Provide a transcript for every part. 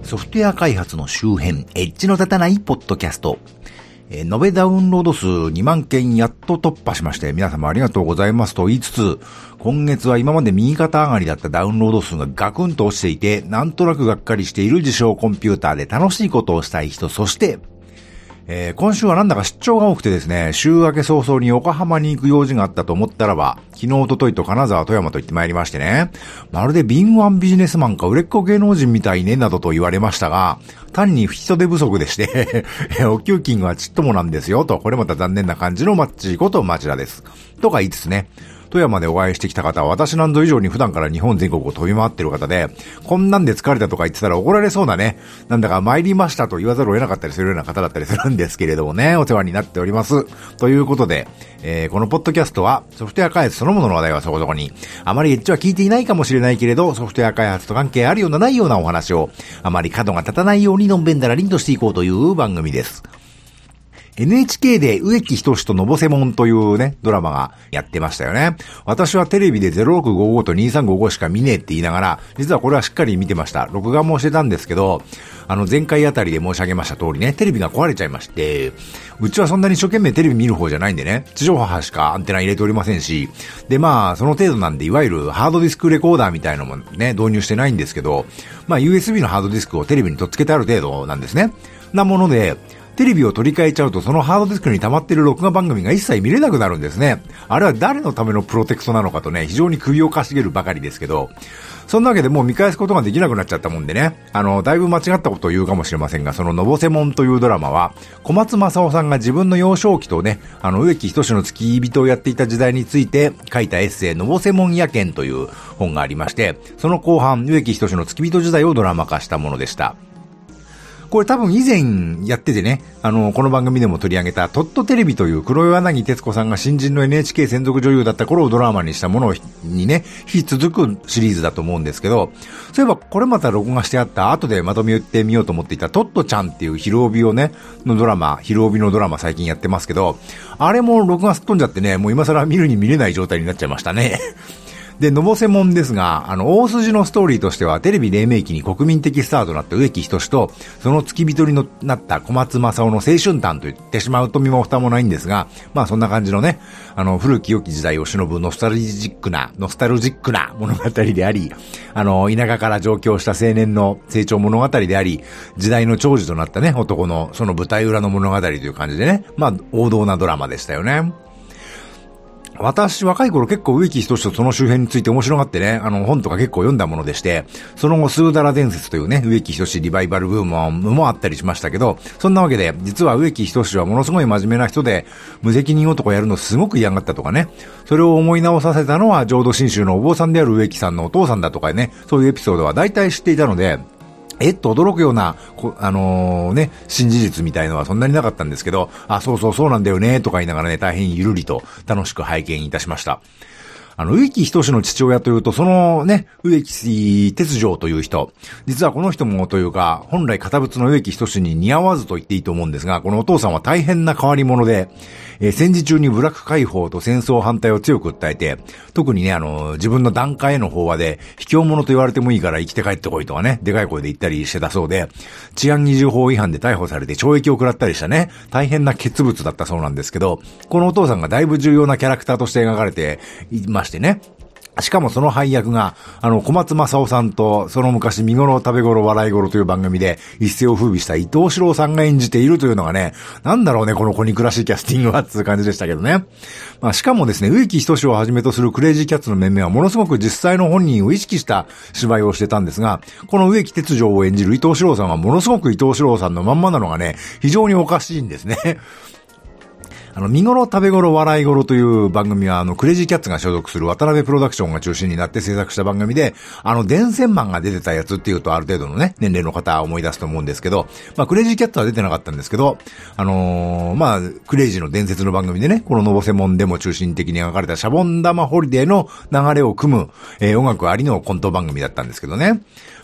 ソフトウェア開発の周辺、エッジの立たないポッドキャスト。延べダウンロード数2万件やっと突破しまして、皆様ありがとうございますと言いつつ、今月は今まで右肩上がりだったダウンロード数がガクンと落ちていて、なんとなくがっかりしている自称コンピューターで楽しいことをしたい人、そして、今週はなんだか出張が多くてですね、週明け早々に横浜に行く用事があったと思ったらば、昨日、一昨日と金沢、富山と行ってまいりましてね、まるで敏腕ビジネスマンか売れっ子芸能人みたいね、などと言われましたが、単に人手不足でして、お給金はちっともなんですよ、と、これまた残念な感じのマッチこと町田です。とか言いつつね、富山でお会いしてきた方は私なんぞ以上に普段から日本全国を飛び回ってる方で、こんなんで疲れたとか言ってたら怒られそうなね、なんだか参りましたと言わざるを得なかったりするような方だったりするんですけれどもね、お世話になっております。ということで、このポッドキャストはソフトウェア開発そのものの話題はそこそこに、あまりエッジは聞いていないかもしれないけれど、ソフトウェア開発と関係あるようなないようなお話を、あまり角が立たないようにのんべんだらりんとしていこうという番組です。NHK で植木仁とのぼせもんというね、ドラマがやってましたよね。私はテレビで0655と2355しか見ねえって言いながら、実はこれはしっかり見てました。録画もしてたんですけど、前回あたりで申し上げました通りね、テレビが壊れちゃいまして、うちはそんなに一生懸命テレビ見る方じゃないんでね、地上波しかアンテナ入れておりませんし、でまあ、その程度なんで、いわゆるハードディスクレコーダーみたいなのもね、導入してないんですけど、まあ USB のハードディスクをテレビに取っ付けてある程度なんですね。なもので、テレビを取り替えちゃうとそのハードディスクに溜まっている録画番組が一切見れなくなるんですね。あれは誰のためのプロテクトなのかとね、非常に首をかしげるばかりですけど、そんなわけでもう見返すことができなくなっちゃったもんでね、だいぶ間違ったことを言うかもしれませんが、そののぼせもんというドラマは、小松政夫さんが自分の幼少期とね、植木仁の付き人をやっていた時代について書いたエッセイ、のぼせもんやけんという本がありまして、その後半、植木仁の付き人時代をドラマ化したものでした。これ多分以前やっててね、この番組でも取り上げたトットテレビという黒柳徹子さんが新人の NHK 専属女優だった頃をドラマにしたものにね、引き続くシリーズだと思うんですけど、そういえばこれまた録画してあった後でまとめてみようと思っていたトットちゃんっていう昼帯をね、昼帯のドラマ最近やってますけど、あれも録画すっ飛んじゃってね、もう今更見るに見れない状態になっちゃいましたね。で、のぼせもんですが、大筋のストーリーとしては、テレビ黎明期に国民的スターとなった植木仁と、その付き人になった小松政夫の青春譚と言ってしまうと身も蓋もないんですが、まあそんな感じのね、古き良き時代を忍ぶノスタルジックな物語であり、田舎から上京した青年の成長物語であり、時代の長寿となったね、男のその舞台裏の物語という感じでね、まあ王道なドラマでしたよね。私、若い頃結構植木仁とその周辺について面白がってね、本とか結構読んだものでして、その後、スーダラ伝説というね、植木仁リバイバルブームもあったりしましたけど、そんなわけで、実は植木仁はものすごい真面目な人で、無責任男やるのすごく嫌がったとかね、それを思い直させたのは、浄土真宗のお坊さんである植木さんのお父さんだとかね、そういうエピソードは大体知っていたので、と驚くような、新事実みたいのはそんなになかったんですけど、そうなんだよね、とか言いながらね、大変ゆるりと楽しく拝見いたしました。植木仁の父親というと、そのね、植木鉄丈という人、実はこの人もというか、本来堅物の植木仁に似合わずと言っていいと思うんですが、このお父さんは大変な変わり者で、戦時中に部落解放と戦争反対を強く訴えて、特にね、自分の檀家への法話で、卑怯者と言われてもいいから生きて帰ってこいとかね、でかい声で言ったりしてたそうで、治安維持法違反で逮捕されて懲役を食らったりしたね、大変な傑物だったそうなんですけど、このお父さんがだいぶ重要なキャラクターとして描かれていましてね、しかもその配役が、小松政夫さんと、その昔、見頃食べ頃笑い頃という番組で一世を風靡した伊藤四郎さんが演じているというのがね、なんだろうね、この子憎らしいキャスティングはっていう感じでしたけどね。まあ、しかもですね、植木仁をはじめとするクレイジーキャッツの面々はものすごく実際の本人を意識した芝居をしてたんですが、この植木鉄丈を演じる伊藤四郎さんはものすごく伊藤四郎さんのまんまなのがね、非常におかしいんですね。見頃食べ頃笑い頃という番組はクレイジーキャッツが所属する渡辺プロダクションが中心になって制作した番組で、電線マンが出てたやつっていうとある程度のね、年齢の方は思い出すと思うんですけど、まあクレイジーキャッツは出てなかったんですけど、まあクレイジーの伝説の番組でね、こののぼせもんでも中心的に描かれたシャボン玉ホリデーの流れを組む、音楽ありのコント番組だったんですけどね。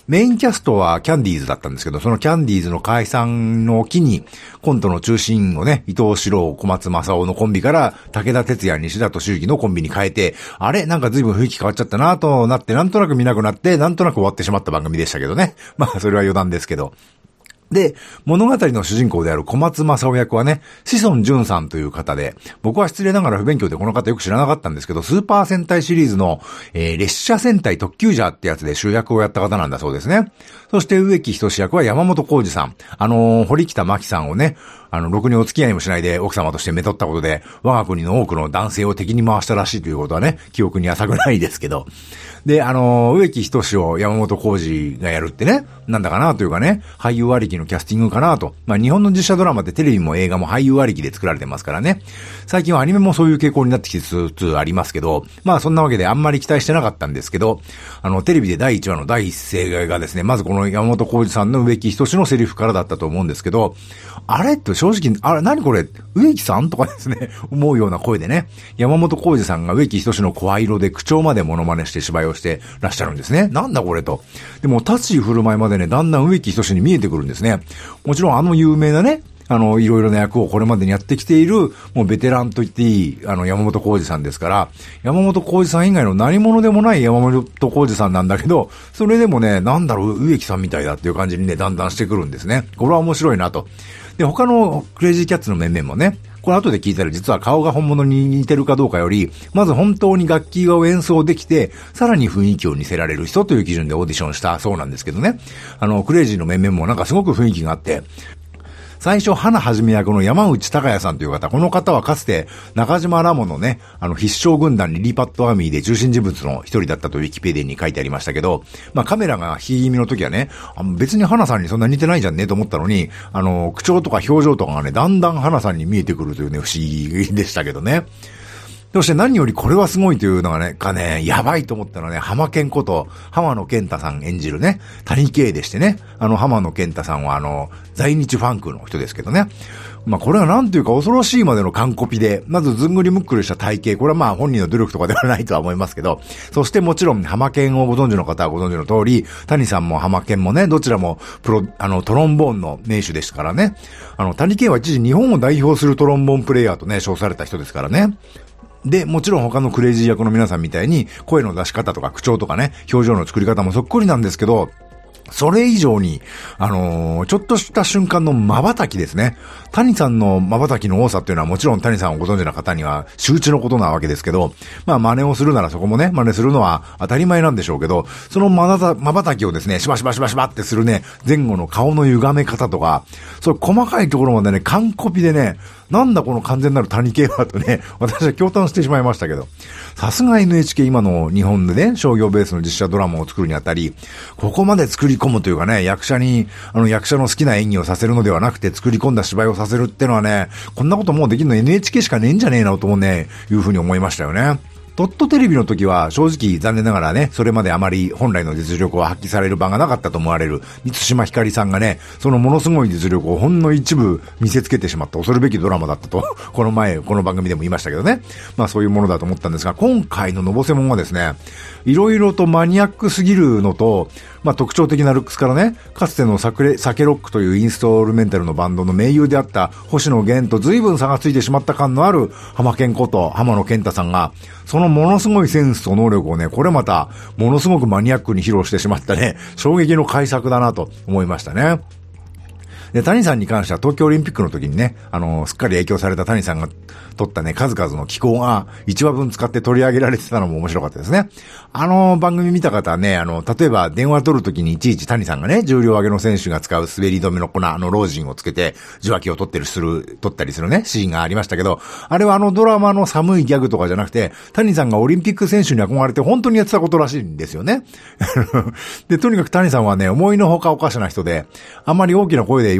メインキャストはキャンディーズだったんですけど、そのキャンディーズの解散の機に、コントの中心をね、伊藤四郎、小松正夫のコンビから、武田鉄矢、西田敏行のコンビに変えて、あれなんか随分雰囲気変わっちゃったなとなって、なんとなく見なくなって、なんとなく終わってしまった番組でしたけどね。まあ、それは余談ですけど。で、物語の主人公である小松正夫役はね、志尊淳さんという方で、僕は失礼ながら不勉強でこの方よく知らなかったんですけど、スーパー戦隊シリーズの、列車戦隊特急ジャーってやつで主役をやった方なんだそうですね。そして植木仁役は山本浩二さん。堀北真希さんをね、ろくにお付き合いもしないで奥様としてめとったことで、我が国の多くの男性を敵に回したらしいということはね、記憶に浅くないですけど。で、植木仁を山本浩二がやるってね、なんだかなというかね、俳優ありきのキャスティングかなと。まあ日本の実写ドラマってテレビも映画も俳優ありきで作られてますからね。最近はアニメもそういう傾向になってきつつありますけど、まあそんなわけであんまり期待してなかったんですけど、テレビで第1話の第一声がですね、まずこの山本浩二さんの植木仁のセリフからだったと思うんですけど、あれって正直、あれ何これ植木さんとかですね、思うような声でね、山本浩二さんが植木仁の声色で口調までモノマネして芝居をしてらっしゃるんですね。なんだこれと。でも立ち居振る舞いまでね、だんだん植木仁に見えてくるんですね。もちろん有名なね、いろいろな役をこれまでにやってきている、もうベテランと言っていい、山本浩二さんですから、山本浩二さん以外の何者でもない山本浩二さんなんだけど、それでもね、なんだろう、植木さんみたいだっていう感じにね、だんだんしてくるんですね。これは面白いなと。で、他のクレイジーキャッツの面々もね、これ後で聞いたら実は顔が本物に似てるかどうかより、まず本当に楽器を演奏できて、さらに雰囲気を似せられる人という基準でオーディションしたそうなんですけどね。クレイジーの面々もなんかすごく雰囲気があって、最初、花はじめ役の山内隆也さんという方、この方はかつて中島ラモのね、必勝軍団リリーパッドアーミーで中心人物の一人だったとウィキペディアに書いてありましたけど、まあカメラが引き気味の時はね、別に花さんにそんな似てないじゃんねと思ったのに、口調とか表情とかがね、だんだん花さんに見えてくるというね、不思議でしたけどね。そして何よりこれはすごいというのがね、やばいと思ったのはね、浜健こと浜野健太さん演じるね、谷圭でしてね、浜野健太さんは在日ファンクの人ですけどね。まあこれはなんというか恐ろしいまでの完コピで、まずずんぐりむっくりした体型、これはまあ本人の努力とかではないとは思いますけど、そしてもちろん浜健をご存知の方はご存知の通り、谷さんも浜健もね、どちらもトロンボーンの名手ですからね。谷健は一時日本を代表するトロンボーンプレイヤーとね、称された人ですからね。で、もちろん他のクレイジー役の皆さんみたいに声の出し方とか口調とかね、表情の作り方もそっくりなんですけど、それ以上に、ちょっとした瞬間の瞬きですね。谷さんの瞬きの多さっていうのはもちろん谷さんをご存知の方には周知のことなわけですけど、まあ真似をするならそこもね、真似するのは当たり前なんでしょうけど、その瞬きをですね、しばしばってするね、前後の顔の歪め方とか、そう細かいところまでね、完コピでね、なんだこの完全なる谷系はとね、私は驚嘆してしまいましたけど、さすが NHK 今の日本でね、商業ベースの実写ドラマを作るにあたり、ここまで作り込むというかね、役者の好きな演技をさせるのではなくて作り込んだ芝居をさせるってのはね、こんなこともうできるの NHK しかねえんじゃねえなともね、いうふうに思いましたよね。ドットテレビの時は正直残念ながらね、それまであまり本来の実力を発揮される場がなかったと思われる満島ひかりさんがね、そのものすごい実力をほんの一部見せつけてしまった恐るべきドラマだったと、この番組でも言いましたけどね。まあそういうものだと思ったんですが、今回ののぼせもんはですね、いろいろとマニアックすぎるのと、まあ特徴的なルックスからね、かつてのサケロックというインストールメンタルのバンドの盟友であった星野源と随分差がついてしまった感のある浜健こと浜野健太さんが、そのものすごいセンスと能力をね、これまたものすごくマニアックに披露してしまったね、衝撃の改作だなと思いましたね。で、谷さんに関しては東京オリンピックの時にね、すっかり影響された谷さんが撮ったね、数々の気候が1話分使って取り上げられてたのも面白かったですね。番組見た方はね、例えば電話取る時にいちいち谷さんがね、重量上げの選手が使う滑り止めの粉、ロージンをつけて受話器を取ったりするね、シーンがありましたけど、あれはドラマの寒いギャグとかじゃなくて、谷さんがオリンピック選手に憧れて本当にやってたことらしいんですよね。で、とにかく谷さんはね、思いのほかおかしな人で、あんまり大きな声で言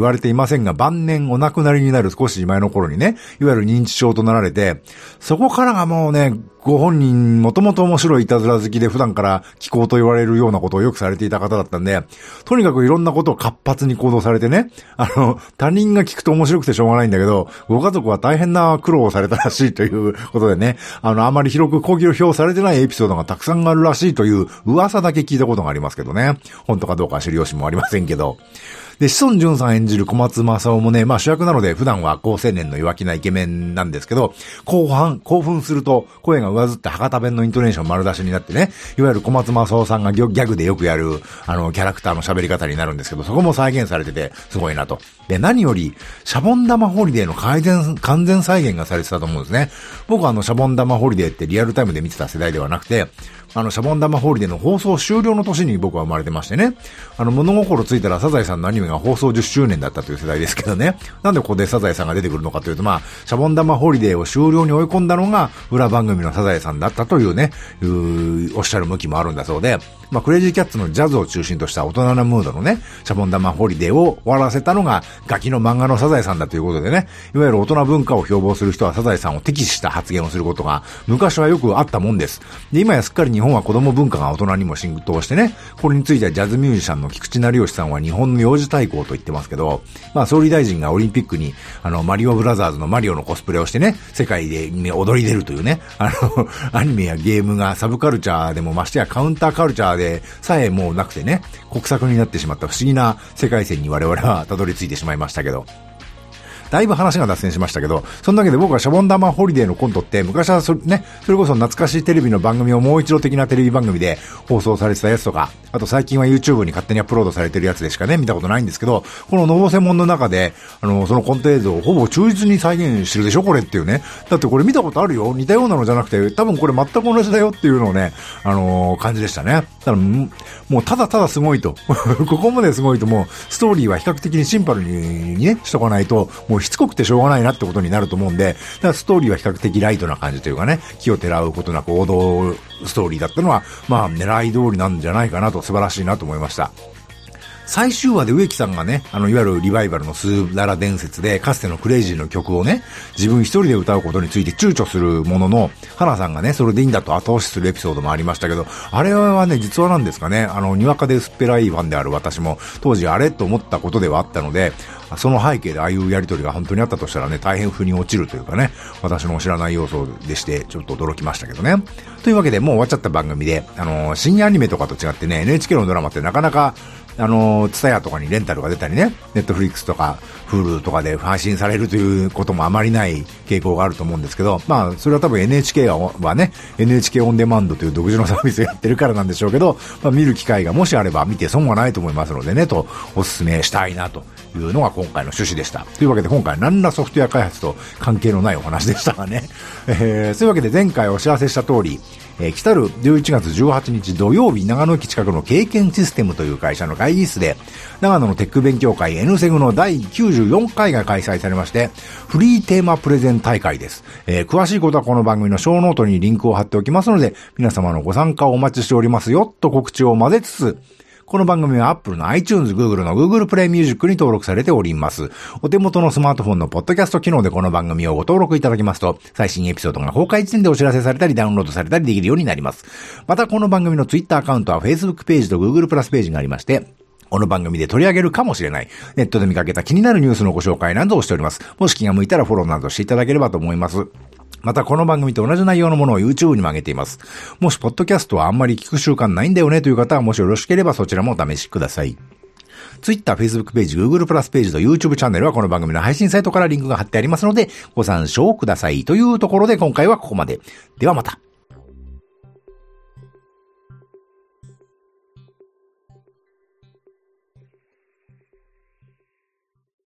われていませんが、晩年お亡くなりになる少し前の頃にね、いわゆる認知症となられて、そこからがもうね、ご本人、もともと面白いいたずら好きで普段から気候と言われるようなことをよくされていた方だったんで、とにかくいろんなことを活発に行動されてね、他人が聞くと面白くてしょうがないんだけど、ご家族は大変な苦労をされたらしいということでね、あまり広く公表されてないエピソードがたくさんあるらしいという噂だけ聞いたことがありますけどね。本当かどうか知る由もありませんけど。で、志尊淳さん演じる小松正夫もね、主役なので普段は高青年の弱気なイケメンなんですけど、興奮すると声が上ずって博多弁のイントネーション丸出しになってね、いわゆる小松正夫さんがギャグでよくやる、キャラクターの喋り方になるんですけど、そこも再現されててすごいなと。で、何より、シャボン玉ホリデーの完全再現がされてたと思うんですね。僕はシャボン玉ホリデーってリアルタイムで見てた世代ではなくて、シャボン玉ホリデーの放送終了の年に僕は生まれてましてね。物心ついたらサザエさんのアニメが放送10周年だったという世代ですけどね。なんでここでサザエさんが出てくるのかというと、シャボン玉ホリデーを終了に追い込んだのが裏番組のサザエさんだったというね、おっしゃる向きもあるんだそうで、クレイジーキャッツのジャズを中心とした大人なムードのね、シャボン玉ホリデーを終わらせたのがガキの漫画のサザエさんだということでね、いわゆる大人文化を標榜する人はサザエさんを敵視した発言をすることが昔はよくあったもんです。で、今やすっかり日本は子供文化が大人にも浸透してね、これについてはジャズミュージシャンの菊池成吉さんは日本の幼児対抗と言ってますけど、総理大臣がオリンピックにマリオブラザーズのマリオのコスプレをしてね、世界で、ね、踊り出るというね、アニメやゲームがサブカルチャーでもましてやカウンターカルチャーでさえもうなくてね、国策になってしまった不思議な世界線に我々はたどり着いてしまいましたけど、だいぶ話が脱線しましたけど、そのだけで僕はシャボン玉ホリデーのコントって昔はそれこそ懐かしいテレビの番組をもう一度的なテレビ番組で放送されてたやつとか、あと最近は YouTube に勝手にアップロードされてるやつでしかね見たことないんですけど、こののぼせもんの中でそのコント映像をほぼ忠実に再現してるでしょこれっていうね。だってこれ見たことあるよ、似たようなのじゃなくて多分これ全く同じだよっていうのをね感じでしたね。だからもうただただすごいとここまですごいと、もうストーリーは比較的にシンプルにねしとかないともうしつこくてしょうがないなってことになると思うんで、だからストーリーは比較的ライトな感じというかね、気をてらうことなく王道ストーリーだったのは狙い通りなんじゃないかなと、素晴らしいなと思いました。最終話で植木さんがね、いわゆるリバイバルのスーララ伝説でかつてのクレイジーの曲をね、自分一人で歌うことについて躊躇するものの、花さんがね、それでいいんだと後押しするエピソードもありましたけど、あれはね、実話なんですかね。にわかで薄っぺらいファンである私も、当時あれと思ったことではあったので、その背景でああいうやりとりが本当にあったとしたらね、大変腑に落ちるというかね、私の知らない要素でして、ちょっと驚きましたけどね。というわけで、もう終わっちゃった番組で、深夜アニメとかと違ってね、NHK のドラマってなかなか、ツタヤとかにレンタルが出たりね、ネットフリックスとか、Hulu とかで配信されるということもあまりない傾向があると思うんですけど、それは多分 NHK はね、NHK オンデマンドという独自のサービスをやってるからなんでしょうけど、見る機会がもしあれば見て損はないと思いますのでね、とお勧めしたいなというのが今回の趣旨でした。というわけで今回何らソフトウェア開発と関係のないお話でしたがね。そういうわけで前回お知らせした通り、来たる11月18日土曜日、長野駅近くの経験システムという会社の会議室で、長野のテック勉強会 N セグの第94回が開催されまして、フリーテーマプレゼン大会です。詳しいことはこの番組のショーノートにリンクを貼っておきますので、皆様のご参加をお待ちしておりますよ、と告知を混ぜつつ、この番組は Apple の iTunes、Google の Google Play Music に登録されております。お手元のスマートフォンのポッドキャスト機能でこの番組をご登録いただきますと、最新エピソードが公開時点でお知らせされたりダウンロードされたりできるようになります。またこの番組の Twitter アカウントは Facebook ページと Google プラスページがありまして、この番組で取り上げるかもしれない、ネットで見かけた気になるニュースのご紹介などをしております。もし気が向いたらフォローなどしていただければと思います。またこの番組と同じ内容のものを YouTube にも上げています。もしポッドキャストはあんまり聞く習慣ないんだよねという方は、もしよろしければそちらもお試しください。Twitter、Facebook ページ、Google プラスページと YouTube チャンネルはこの番組の配信サイトからリンクが貼ってありますのでご参照ください。というところで今回はここまで。ではまた。